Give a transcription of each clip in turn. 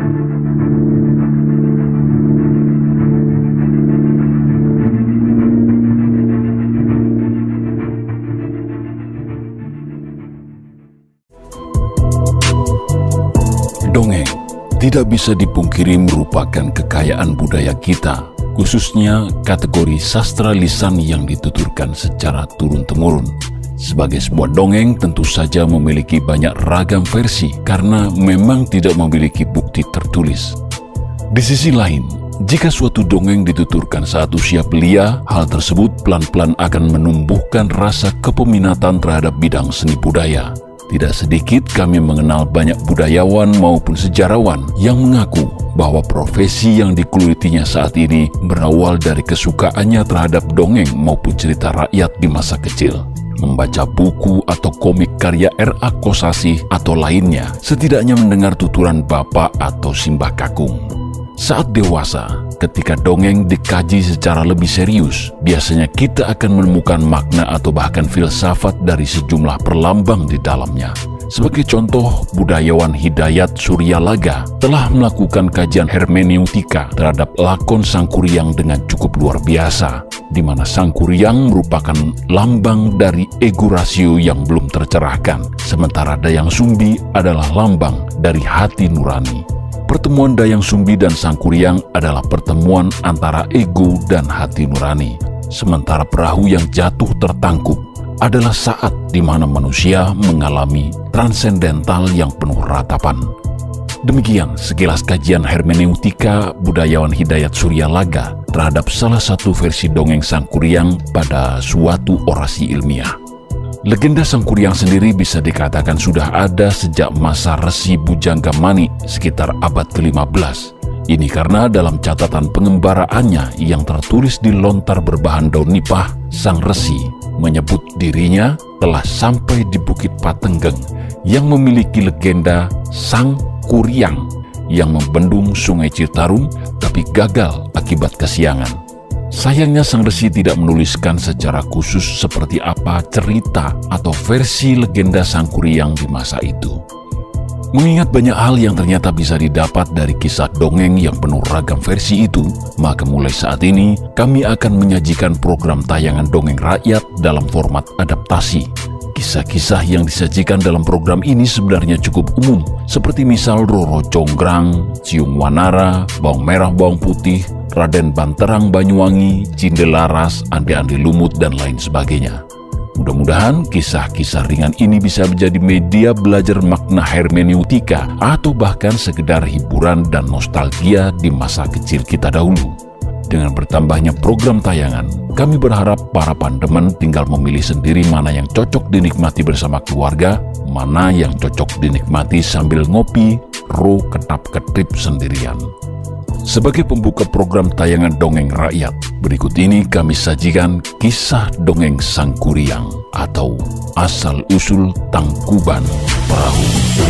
Dongeng tidak bisa dipungkiri merupakan kekayaan budaya kita, khususnya kategori sastra lisan yang dituturkan secara turun-temurun. Sebagai sebuah dongeng tentu saja memiliki banyak ragam versi karena memang tidak memiliki bukti tertulis. Di sisi lain, jika suatu dongeng dituturkan saat usia belia, hal tersebut pelan-pelan akan menumbuhkan rasa kepeminatan terhadap bidang seni budaya. Tidak sedikit kami mengenal banyak budayawan maupun sejarawan yang mengaku bahwa profesi yang digelutinya saat ini berawal dari kesukaannya terhadap dongeng maupun cerita rakyat di masa kecil. Membaca buku atau komik karya R.A. Kosasih atau lainnya, setidaknya mendengar tuturan bapak atau simbah kakung. Saat dewasa, ketika dongeng dikaji secara lebih serius, biasanya kita akan menemukan makna atau bahkan filsafat dari sejumlah perlambang di dalamnya. Sebagai contoh, budayawan Hidayat Suryalaga telah melakukan kajian hermeneutika terhadap lakon Sangkuriang dengan cukup luar biasa, di mana Sangkuriang merupakan lambang dari ego rasio yang belum tercerahkan, sementara Dayang Sumbi adalah lambang dari hati nurani. Pertemuan Dayang Sumbi dan Sangkuriang adalah pertemuan antara ego dan hati nurani. Sementara perahu yang jatuh tertangkup adalah saat di mana manusia mengalami transendental yang penuh ratapan. Demikian sekilas kajian hermeneutika budayawan Hidayat Suryalaga terhadap salah satu versi dongeng Sangkuriang pada suatu orasi ilmiah. Legenda Sangkuriang sendiri bisa dikatakan sudah ada sejak masa Resi Bujanggamani sekitar abad ke-15. Ini karena dalam catatan pengembaraannya yang tertulis di lontar berbahan daun nipah, sang resi menyebut dirinya telah sampai di Bukit Patenggeng yang memiliki legenda Sang Kuryang yang membendung Sungai Citarum tapi gagal akibat kesiangan. Sayangnya sang resi tidak menuliskan secara khusus seperti apa cerita atau versi legenda Sangkuriang di masa itu. Mengingat banyak hal yang ternyata bisa didapat dari kisah dongeng yang penuh ragam versi itu, maka mulai saat ini kami akan menyajikan program tayangan dongeng rakyat dalam format adaptasi. Kisah-kisah yang disajikan dalam program ini sebenarnya cukup umum, seperti misal Roro Jonggrang, Ciung Wanara, Bawang Merah Bawang Putih, Raden Banterang Banyuwangi, Cindelaras, Andi-Andi Lumut, dan lain sebagainya. Mudah-mudahan kisah-kisah ringan ini bisa menjadi media belajar makna hermeneutika atau bahkan sekedar hiburan dan nostalgia di masa kecil kita dahulu. Dengan bertambahnya program tayangan, kami berharap para pandemen tinggal memilih sendiri mana yang cocok dinikmati bersama keluarga, mana yang cocok dinikmati sambil ngopi, ro ketap-ketip sendirian. Sebagai pembuka program tayangan dongeng rakyat, berikut ini kami sajikan kisah dongeng Sangkuriang atau asal-usul Tangkuban Perahu.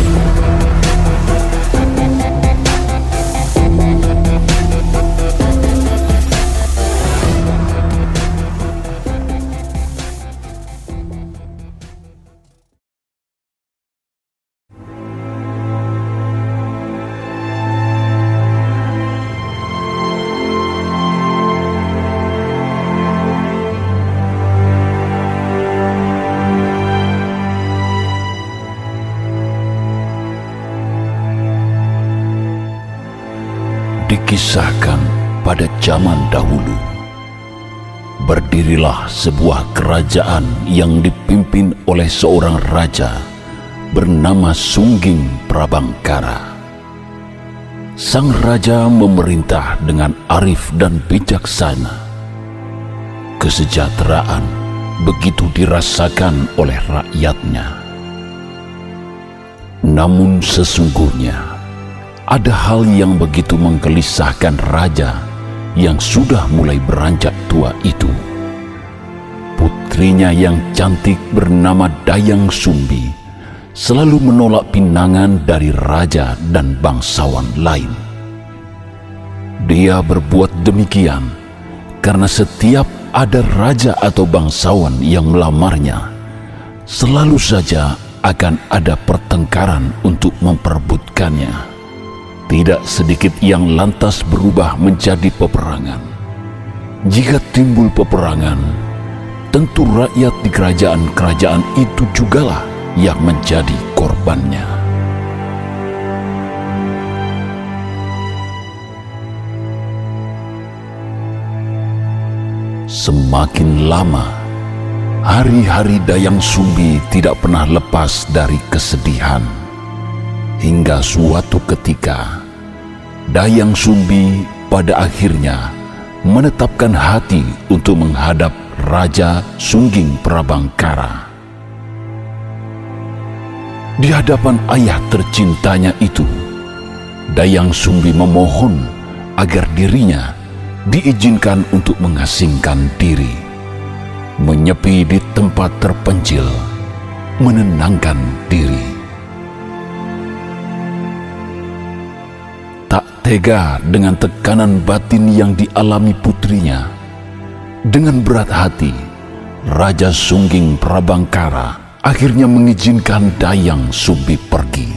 Dikisahkan pada zaman dahulu, berdirilah sebuah kerajaan yang dipimpin oleh seorang raja bernama Sungging Prabangkara. Sang raja memerintah dengan arif dan bijaksana. Kesejahteraan begitu dirasakan oleh rakyatnya. Namun sesungguhnya ada hal yang begitu menggelisahkan raja yang sudah mulai beranjak tua itu. Putrinya yang cantik bernama Dayang Sumbi selalu menolak pinangan dari raja dan bangsawan lain. Dia berbuat demikian karena setiap ada raja atau bangsawan yang melamarnya, selalu saja akan ada pertengkaran untuk memperebutkannya. Tidak sedikit yang lantas berubah menjadi peperangan. Jika timbul peperangan, tentu rakyat di kerajaan-kerajaan itu jugalah yang menjadi korbannya. Semakin lama, hari-hari Dayang Sumbi tidak pernah lepas dari kesedihan. Hingga suatu ketika, Dayang Sumbi pada akhirnya menetapkan hati untuk menghadap Raja Sungging Prabangkara. Di hadapan ayah tercintanya itu, Dayang Sumbi memohon agar dirinya diizinkan untuk mengasingkan diri, menyepi di tempat terpencil, menenangkan diri. Tak tega dengan tekanan batin yang dialami putrinya, dengan berat hati, Raja Sungging Prabangkara akhirnya mengizinkan Dayang Sumbi pergi.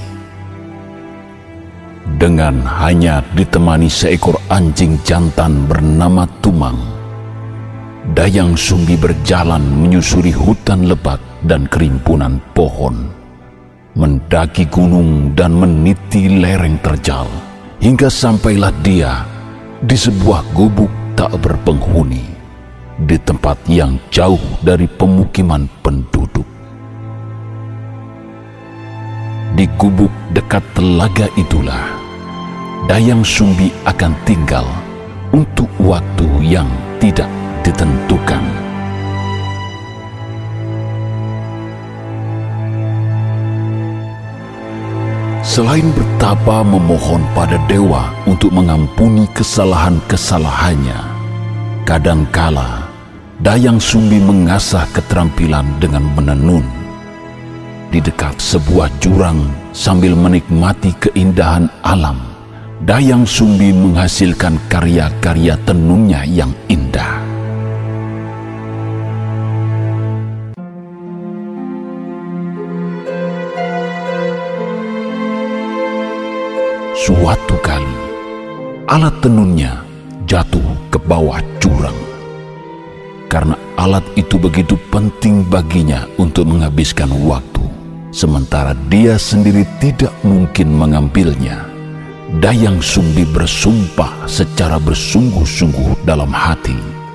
Dengan hanya ditemani seekor anjing jantan bernama Tumang, Dayang Sumbi berjalan menyusuri hutan lebat dan kerimpunan pohon, mendaki gunung dan meniti lereng terjal, hingga sampailah dia di sebuah gubuk tak berpenghuni, di tempat yang jauh dari pemukiman penduduk. Di gubuk dekat telaga itulah Dayang Sumbi akan tinggal untuk waktu yang tidak ditentukan. Selain bertapa memohon pada dewa untuk mengampuni kesalahan-kesalahannya, kadangkala Dayang Sumbi mengasah keterampilan dengan menenun. Di dekat sebuah jurang sambil menikmati keindahan alam, Dayang Sumbi menghasilkan karya-karya tenunnya yang indah. Suatu kali, alat tenunnya jatuh ke bawah jurang. Karena alat itu begitu penting baginya untuk menghabiskan waktu, sementara dia sendiri tidak mungkin mengambilnya, Dayang Sumbi bersumpah secara bersungguh-sungguh dalam hati.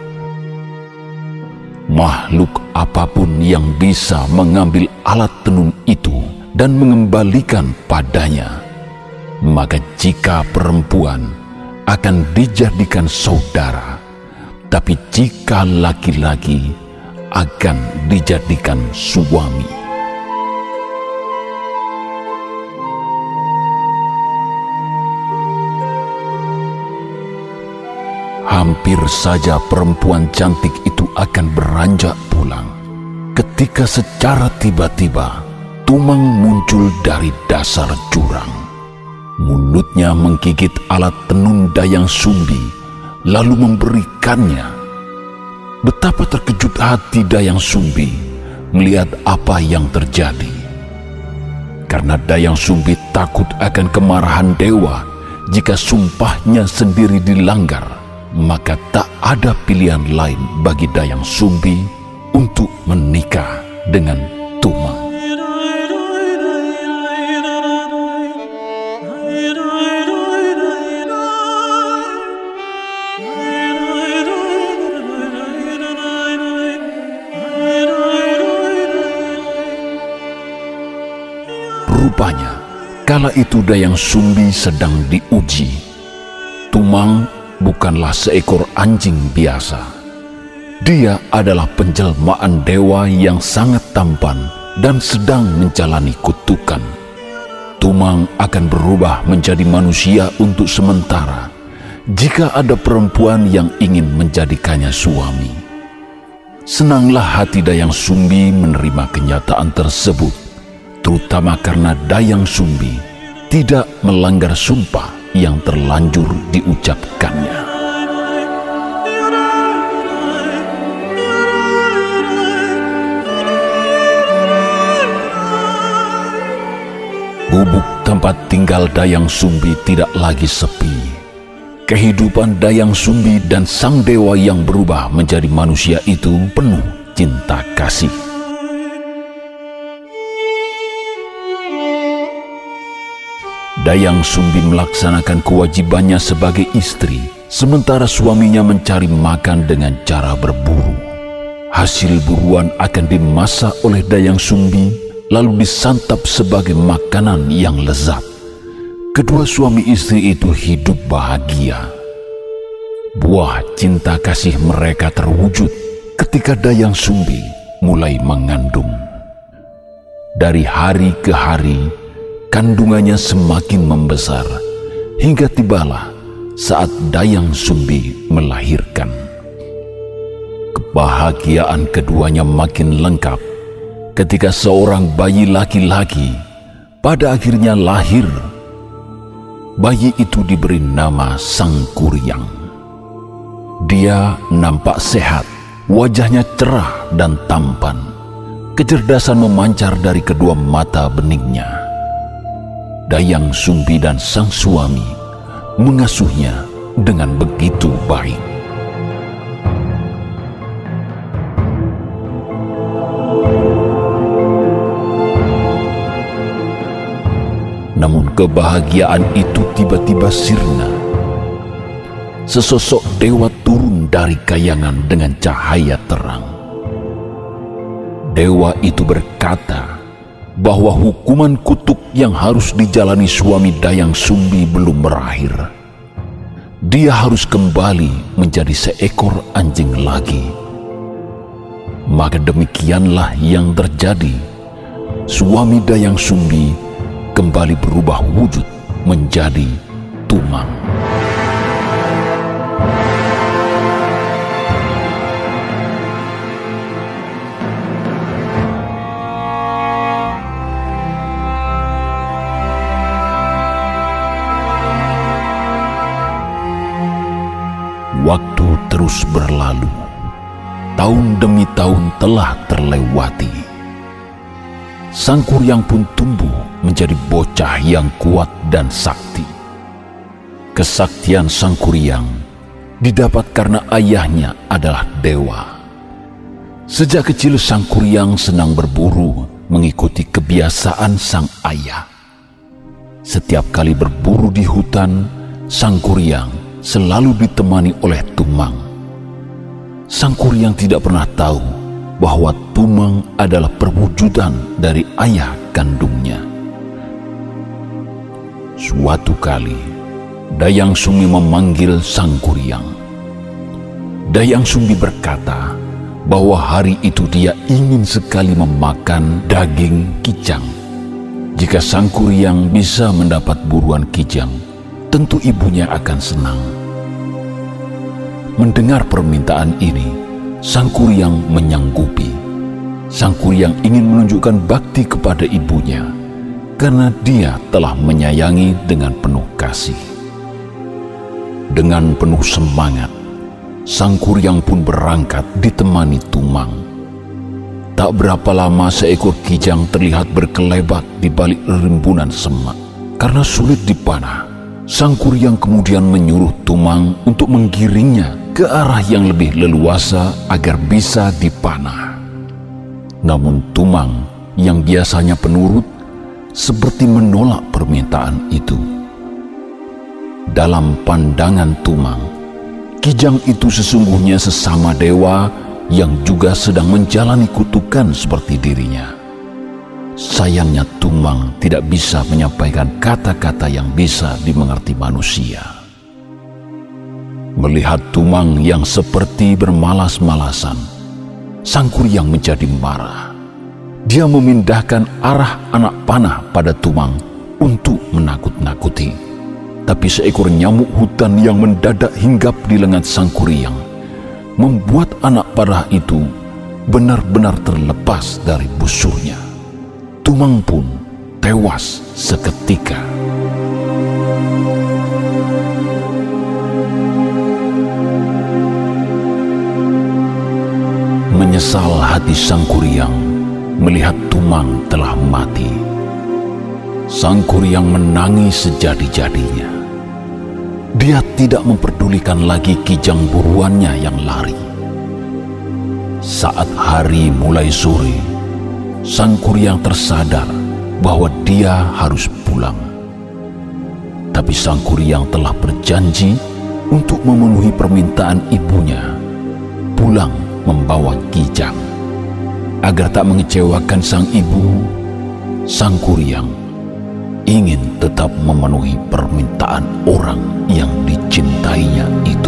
Makhluk apapun yang bisa mengambil alat tenun itu dan mengembalikan padanya, maka jika perempuan akan dijadikan saudara, tapi jika laki-laki akan dijadikan suami. Hampir saja perempuan cantik itu akan beranjak pulang, ketika secara tiba-tiba Tumang muncul dari dasar jurang. Mulutnya menggigit alat tenun Dayang Sumbi, lalu memberikannya. Betapa terkejut hati Dayang Sumbi melihat apa yang terjadi. Karena Dayang Sumbi takut akan kemarahan dewa jika sumpahnya sendiri dilanggar, maka tak ada pilihan lain bagi Dayang Sumbi untuk menikah dengan Tumang. Rupanya, kala itu Dayang Sumbi sedang diuji. Tumang bukanlah seekor anjing biasa. Dia adalah penjelmaan dewa yang sangat tampan dan sedang menjalani kutukan. Tumang akan berubah menjadi manusia untuk sementara jika ada perempuan yang ingin menjadikannya suami. Senanglah hati Dayang Sumbi menerima kenyataan tersebut, terutama karena Dayang Sumbi tidak melanggar sumpah yang terlanjur diucapkannya. Gubuk Tempat tinggal Dayang Sumbi tidak lagi sepi. Kehidupan Dayang Sumbi dan sang dewa yang berubah menjadi manusia itu penuh cinta kasih. Dayang Sumbi melaksanakan kewajibannya sebagai istri, sementara suaminya mencari makan dengan cara berburu. Hasil buruan akan dimasak oleh Dayang Sumbi, lalu disantap sebagai makanan yang lezat. Kedua suami istri itu hidup bahagia. Buah cinta kasih mereka terwujud ketika Dayang Sumbi mulai mengandung. Dari hari ke hari, kandungannya semakin membesar, hingga tibalah saat Dayang Sumbi melahirkan. Kebahagiaan keduanya makin lengkap ketika seorang bayi laki-laki pada akhirnya lahir. Bayi itu diberi nama Sangkuriang. Dia nampak sehat, wajahnya cerah dan tampan. Kecerdasan memancar dari kedua mata beningnya. Dayang Sumbi dan sang suami mengasuhnya dengan begitu baik. Namun kebahagiaan itu tiba-tiba sirna. Sesosok dewa turun dari kayangan dengan cahaya terang. Dewa itu berkata bahwa hukuman kutuk yang harus dijalani suami Dayang Sumbi belum berakhir. Dia harus kembali menjadi seekor anjing lagi. Maka demikianlah yang terjadi. Suami Dayang Sumbi kembali berubah wujud menjadi Tumang. Waktu terus berlalu. Tahun demi tahun telah terlewati. Sangkuriang pun tumbuh menjadi bocah yang kuat dan sakti. Kesaktian Sangkuriang didapat karena ayahnya adalah dewa. Sejak kecil Sangkuriang senang berburu mengikuti kebiasaan sang ayah. Setiap kali berburu di hutan, Sangkuriang selalu ditemani oleh Tumang. Sangkuriang tidak pernah tahu bahwa Tumang adalah perwujudan dari ayah kandungnya. Suatu kali, Dayang Sumbi memanggil Sangkuriang. Dayang Sumbi berkata bahwa hari itu dia ingin sekali memakan daging kijang. Jika Sangkuriang bisa mendapat buruan kijang, tentu ibunya akan senang. Mendengar permintaan ini, Sangkuriang menyanggupi. Sangkuriang ingin menunjukkan bakti kepada ibunya karena dia telah menyayangi dengan penuh kasih. Dengan penuh semangat, Sangkuriang pun berangkat ditemani Tumang. Tak berapa lama seekor kijang terlihat berkelebat di balik rimbunan semak. Karena sulit dipanah, Sangkuriang kemudian menyuruh Tumang untuk menggiringnya ke arah yang lebih leluasa agar bisa dipanah. Namun Tumang yang biasanya penurut seperti menolak permintaan itu. Dalam pandangan Tumang, kijang itu sesungguhnya sesama dewa yang juga sedang menjalani kutukan seperti dirinya. Sayangnya Tumang tidak bisa menyampaikan kata-kata yang bisa dimengerti manusia. Melihat Tumang yang seperti bermalas-malasan, Sangkuriang menjadi marah. Dia memindahkan arah anak panah pada Tumang untuk menakut-nakuti. Tapi seekor nyamuk hutan yang mendadak hinggap di lengan Sangkuriang membuat anak panah itu benar-benar terlepas dari busurnya. Tumang pun tewas seketika. Menyesal hati Sangkuriang melihat Tumang telah mati. Sang Kuryang menangis sejadi-jadinya. Dia tidak memperdulikan lagi kijang buruannya yang lari. Saat hari mulai sore, Sang Kuryang tersadar bahwa dia harus pulang. Tapi Sang Kuryang telah berjanji untuk memenuhi permintaan ibunya, pulang membawa kijang. Agar tak mengecewakan sang ibu, Sang Kuryang ingin tetap memenuhi permintaan orang yang dicintainya itu.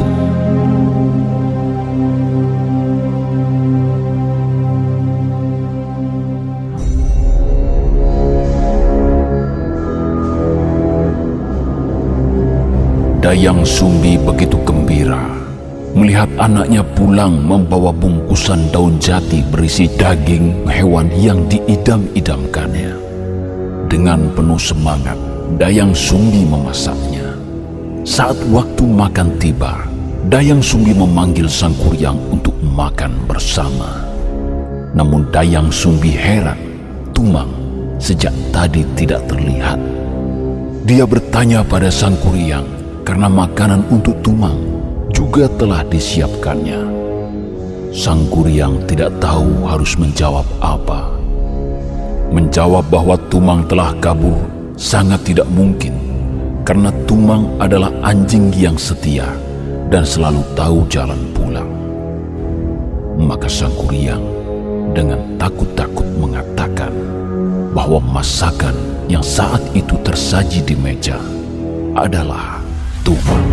Dayang Sumbi begitu gembira melihat anaknya pulang membawa bungkusan daun jati berisi daging hewan yang diidam-idamkannya. Dengan penuh semangat, Dayang Sumbi memasaknya. Saat waktu makan tiba, Dayang Sumbi memanggil Sang Kuryang untuk makan bersama. Namun Dayang Sumbi heran, Tumang sejak tadi tidak terlihat. Dia bertanya pada Sang Kuryang karena makanan untuk Tumang juga telah disiapkannya. Sang Kuryang tidak tahu harus menjawab apa. Menjawab bahwa Tumang telah kabur sangat tidak mungkin, karena Tumang adalah anjing yang setia dan selalu tahu jalan pulang. Maka Sang Kuryang dengan takut-takut mengatakan bahwa masakan yang saat itu tersaji di meja adalah Tumang.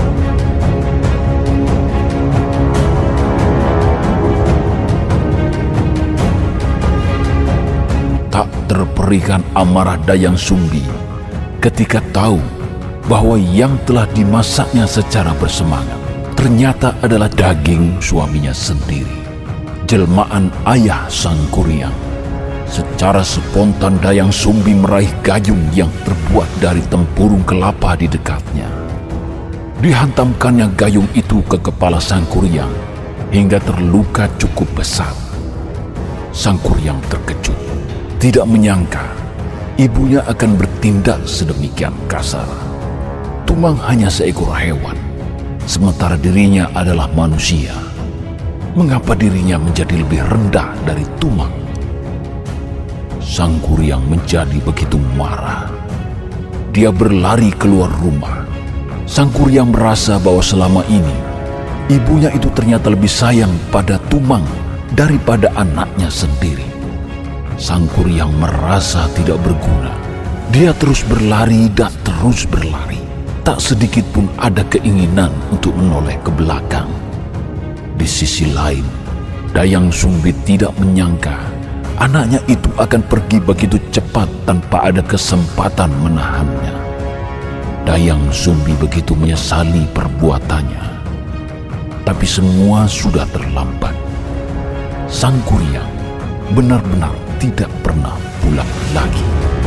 Tak terperikan amarah Dayang Sumbi ketika tahu bahwa yang telah dimasaknya secara bersemangat ternyata adalah daging suaminya sendiri, jelmaan ayah Sang Kuryang. Secara spontan Dayang Sumbi meraih gayung yang terbuat dari tempurung kelapa di dekatnya. Dihantamkannya gayung itu ke kepala Sang Kuryang hingga terluka cukup besar. Sang Kuryang terkejut, tidak menyangka ibunya akan bertindak sedemikian kasar. Tumang hanya seekor hewan, sementara dirinya adalah manusia. Mengapa dirinya menjadi lebih rendah dari Tumang? Sang Kuryang menjadi begitu marah. Dia berlari keluar rumah. Sang Kuryang merasa bahwa selama ini ibunya itu ternyata lebih sayang pada Tumang daripada anaknya sendiri. Sang Kuryang merasa tidak berguna. Dia terus berlari dan terus berlari. Tak sedikit pun ada keinginan untuk menoleh ke belakang. Di sisi lain, Dayang Sumbi tidak menyangka anaknya itu akan pergi begitu cepat tanpa ada kesempatan menahannya. Dayang Sumbi begitu menyesali perbuatannya. Tapi semua sudah terlambat. Sang Kuryang benar-benar tidak pernah pulang lagi.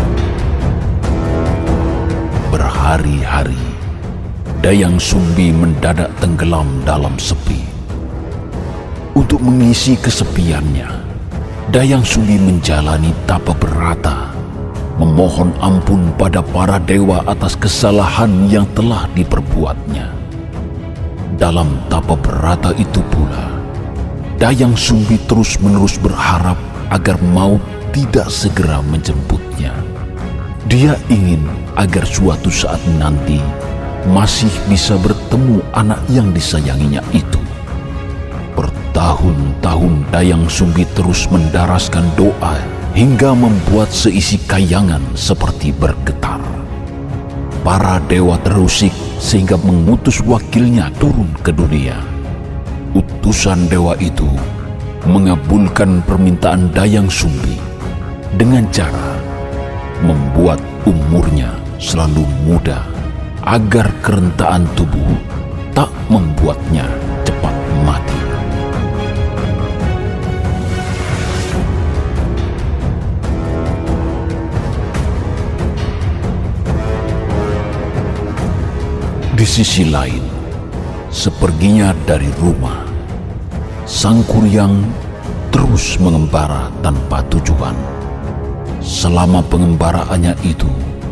Berhari-hari, Dayang Sumbi mendadak tenggelam dalam sepi. Untuk mengisi kesepiannya, Dayang Sumbi menjalani tapa berata, memohon ampun pada para dewa atas kesalahan yang telah diperbuatnya. Dalam tapa berata itu pula, Dayang Sumbi terus-menerus berharap agar maut tidak segera menjemputnya. Dia ingin agar suatu saat nanti masih bisa bertemu anak yang disayanginya itu. Bertahun-tahun Dayang Sumbi terus mendaraskan doa hingga membuat seisi kayangan seperti bergetar. Para dewa terusik sehingga mengutus wakilnya turun ke dunia. Utusan dewa itu mengabulkan permintaan Dayang Sumbi dengan cara membuat umurnya selalu muda agar kerentaan tubuh tak membuatnya cepat mati. Di sisi lain, seperginya dari rumah, Sang Kuryang terus mengembara tanpa tujuan. Selama pengembaraannya itu,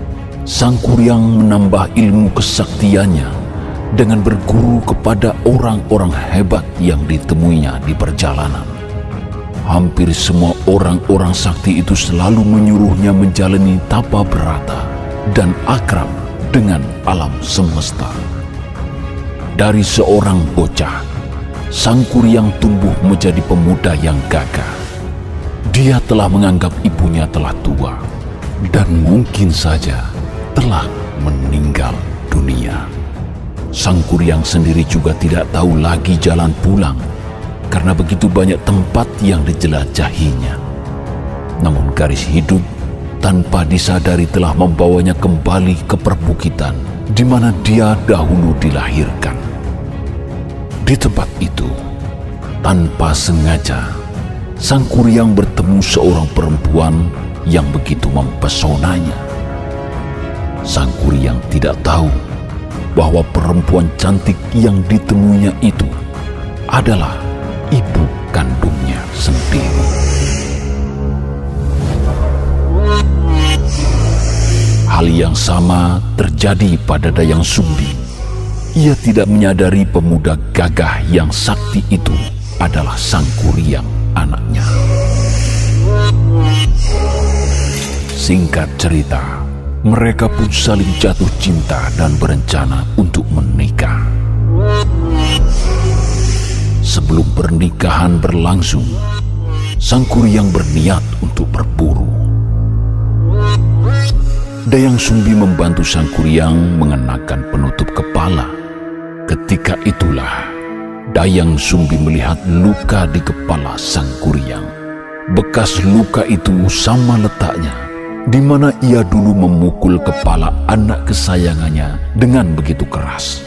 Sang Kuryang menambah ilmu kesaktiannya dengan berguru kepada orang-orang hebat yang ditemuinya di perjalanan. Hampir semua orang-orang sakti itu selalu menyuruhnya menjalani tapa berata dan akrab dengan alam semesta. Dari seorang bocah, Sang Kuryang tumbuh menjadi pemuda yang gagah. Dia telah menganggap ibunya telah tua dan mungkin saja telah meninggal dunia. Sang Kuryang sendiri juga tidak tahu lagi jalan pulang karena begitu banyak tempat yang dijelajahinya. Namun garis hidup tanpa disadari telah membawanya kembali ke perbukitan di mana dia dahulu dilahirkan. Di tempat itu, tanpa sengaja, Sang Kuryang bertemu seorang perempuan yang begitu mempesonanya. Sang Kuryang tidak tahu bahwa perempuan cantik yang ditemuinya itu adalah ibu kandungnya sendiri. Hal yang sama terjadi pada Dayang Sumbi. Ia tidak menyadari pemuda gagah yang sakti itu adalah Sang Kuryang, anaknya. Singkat cerita, mereka pun saling jatuh cinta dan berencana untuk menikah. Sebelum pernikahan berlangsung, Sang Kuryang berniat untuk berburu. Dayang Sumbi membantu Sang Kuryang mengenakan penutup kepala. Ketika itulah Dayang Sumbi melihat luka di kepala Sang Kuryang. Bekas luka itu sama letaknya di mana ia dulu memukul kepala anak kesayangannya dengan begitu keras.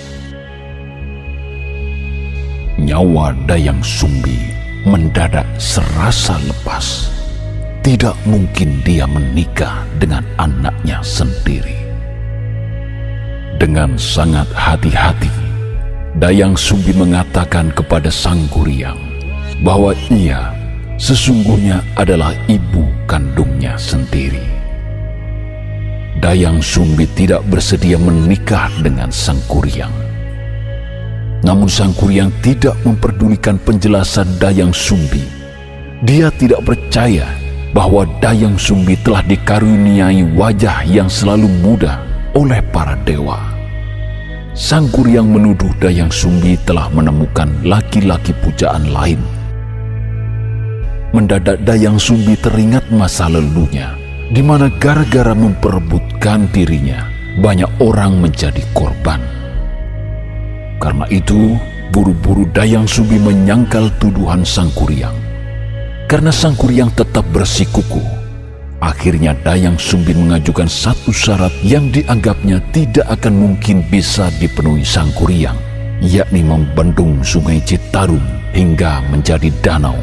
Nyawa Dayang Sumbi mendadak serasa lepas. Tidak mungkin dia menikah dengan anaknya sendiri. Dengan sangat hati-hati, Dayang Sumbi mengatakan kepada Sang Kuryang bahwa ia sesungguhnya adalah ibu kandungnya sendiri. Dayang Sumbi tidak bersedia menikah dengan Sang Kuryang. Namun Sang Kuryang tidak memperdulikan penjelasan Dayang Sumbi. Dia tidak percaya bahwa Dayang Sumbi telah dikaruniai wajah yang selalu muda oleh para dewa. Sang Kuryang menuduh Dayang Sumbi telah menemukan laki-laki pujaan lain. Mendadak Dayang Sumbi teringat masa lalunya, di mana gara-gara memperebutkan dirinya, banyak orang menjadi korban. Karena itu, buru-buru Dayang Sumbi menyangkal tuduhan Sang Kuryang. Karena Sang Kuryang tetap bersikukuh, akhirnya Dayang Sumbi mengajukan satu syarat yang dianggapnya tidak akan mungkin bisa dipenuhi Sang Kuryang, yakni membendung Sungai Citarum hingga menjadi danau.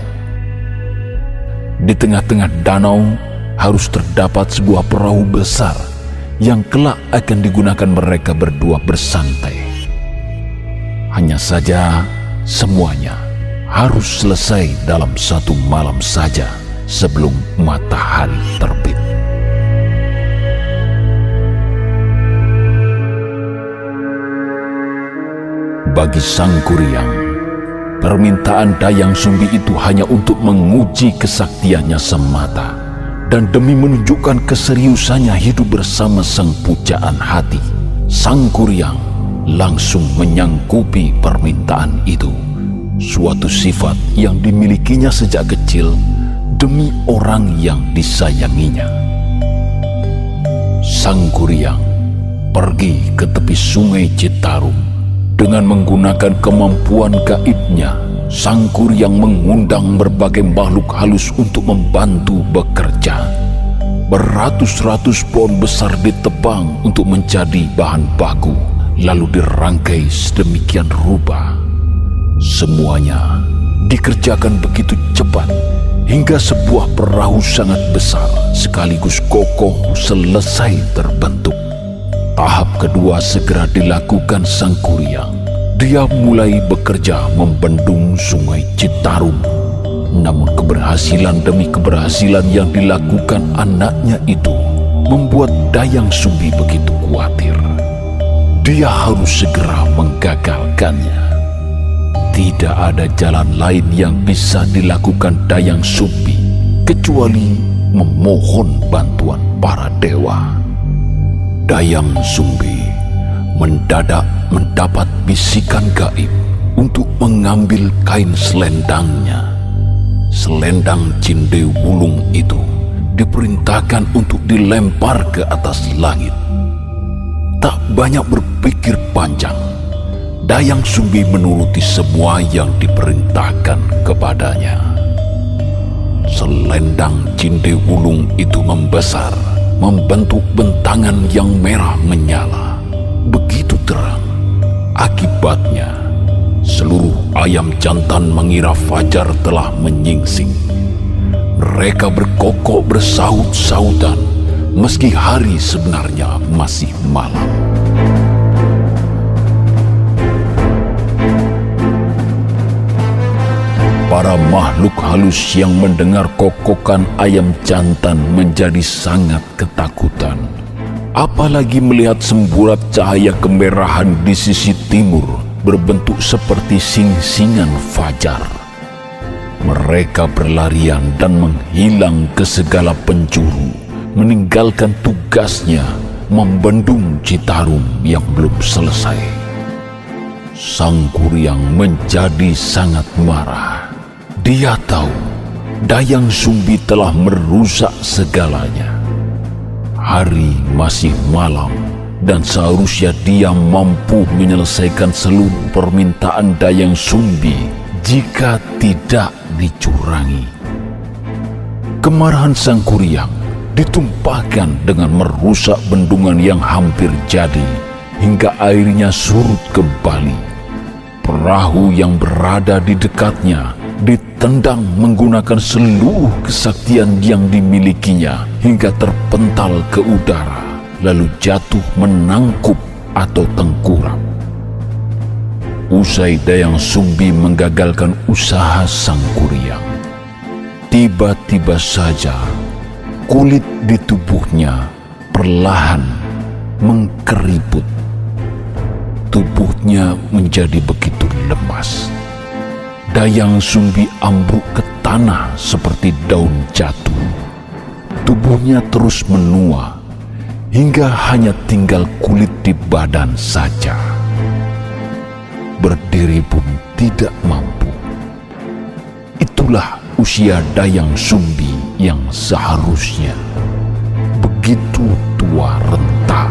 Di tengah-tengah danau harus terdapat sebuah perahu besar yang kelak akan digunakan mereka berdua bersantai. Hanya saja semuanya harus selesai dalam satu malam saja sebelum matahari terbit. Bagi Sang Kuryang, permintaan Dayang Sumbi itu hanya untuk menguji kesaktiannya semata dan demi menunjukkan keseriusannya hidup bersama sang pujaan hati. Sang Kuryang langsung menyanggupi permintaan itu. Suatu sifat yang dimilikinya sejak kecil demi orang yang disayanginya. Sang Kuryang pergi ke tepi Sungai Citarum. Dengan menggunakan kemampuan gaibnya, Sang Kuryang mengundang berbagai makhluk halus untuk membantu bekerja. Beratus-ratus pohon besar ditebang untuk menjadi bahan baku, lalu dirangkai sedemikian rupa. Semuanya dikerjakan begitu cepat hingga sebuah perahu sangat besar sekaligus kokoh selesai terbentuk. Tahap kedua segera dilakukan Sang Kuryang. Dia mulai bekerja membendung Sungai Citarum. Namun keberhasilan demi keberhasilan yang dilakukan anaknya itu membuat Dayang Sumbi begitu khawatir. Dia harus segera menggagalkannya. Tidak ada jalan lain yang bisa dilakukan Dayang Sumbi kecuali memohon bantuan para dewa. Dayang Sumbi mendadak mendapat bisikan gaib untuk mengambil kain selendangnya. Selendang Cinde Wulung itu diperintahkan untuk dilempar ke atas langit. Tak banyak berpikir panjang, Dayang Sumbi menuruti semua yang diperintahkan kepadanya. Selendang Cinde Wulung itu membesar, membentuk bentangan yang merah menyala, begitu terang. Akibatnya, seluruh ayam jantan mengira fajar telah menyingsing. Mereka berkokok bersaut-sautan, meski hari sebenarnya masih malam. Para makhluk halus yang mendengar kokokan ayam jantan menjadi sangat ketakutan. Apalagi melihat semburat cahaya kemerahan di sisi timur berbentuk seperti sing-singan fajar. Mereka berlarian dan menghilang ke segala penjuru, meninggalkan tugasnya membendung Citarum yang belum selesai. Sang Kuryang menjadi sangat marah. Dia tahu Dayang Sumbi telah merusak segalanya. Hari masih malam dan seharusnya dia mampu menyelesaikan seluruh permintaan Dayang Sumbi jika tidak dicurangi. Kemarahan Sang Kuryang ditumpahkan dengan merusak bendungan yang hampir jadi hingga airnya surut kembali. Perahu yang berada di dekatnya ditendang menggunakan seluruh kesaktian yang dimilikinya hingga terpental ke udara, lalu jatuh menangkup atau tengkurap. Usai Dayang Sumbi menggagalkan usaha Sang Kuryang, tiba-tiba saja kulit di tubuhnya perlahan mengkeriput. Tubuhnya menjadi begitu lemas. Dayang Sumbi ambruk ke tanah seperti daun jatuh. Tubuhnya terus menua hingga hanya tinggal kulit di badan saja. Berdiri pun tidak mampu. Itulah usia Dayang Sumbi yang seharusnya begitu tua renta.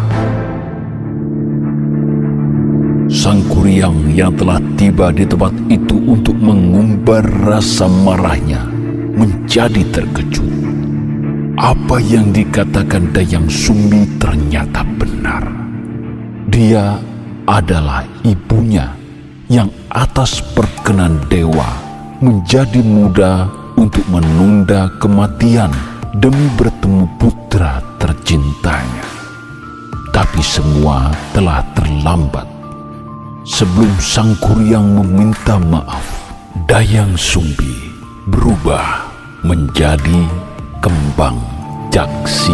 Sang Kuryang yang telah tiba di tempat itu untuk mengumbar rasa marahnya menjadi terkejut. Apa yang dikatakan Dayang Sumbi ternyata benar. Dia adalah ibunya yang atas perkenan dewa menjadi muda untuk menunda kematian demi bertemu putra tercintanya. Tapi semua telah terlambat. Sebelum Sang Kuryang meminta maaf, Dayang Sumbi berubah menjadi kembang jaksi.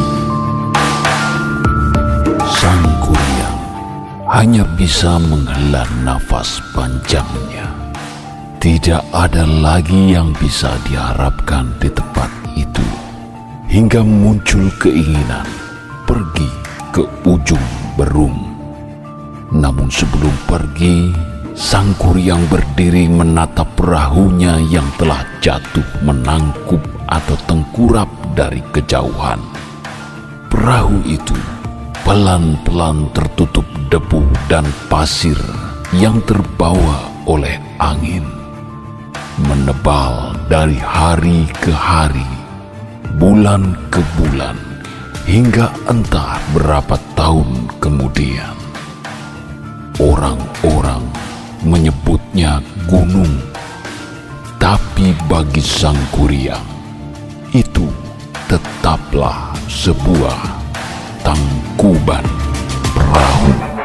Sang Kuryang hanya bisa menghela nafas panjangnya. Tidak ada lagi yang bisa diharapkan di tempat itu, hingga muncul keinginan pergi ke ujung Berung. Namun sebelum pergi, Sang Kuryang berdiri menatap perahunya yang telah jatuh menangkup atau tengkurap dari kejauhan. Perahu itu pelan-pelan tertutup debu dan pasir yang terbawa oleh angin. Menebal dari hari ke hari, bulan ke bulan, hingga entah berapa tahun kemudian. Orang-orang menyebutnya gunung, tapi bagi Sang Kuryang itu tetaplah sebuah tangkuban perahu.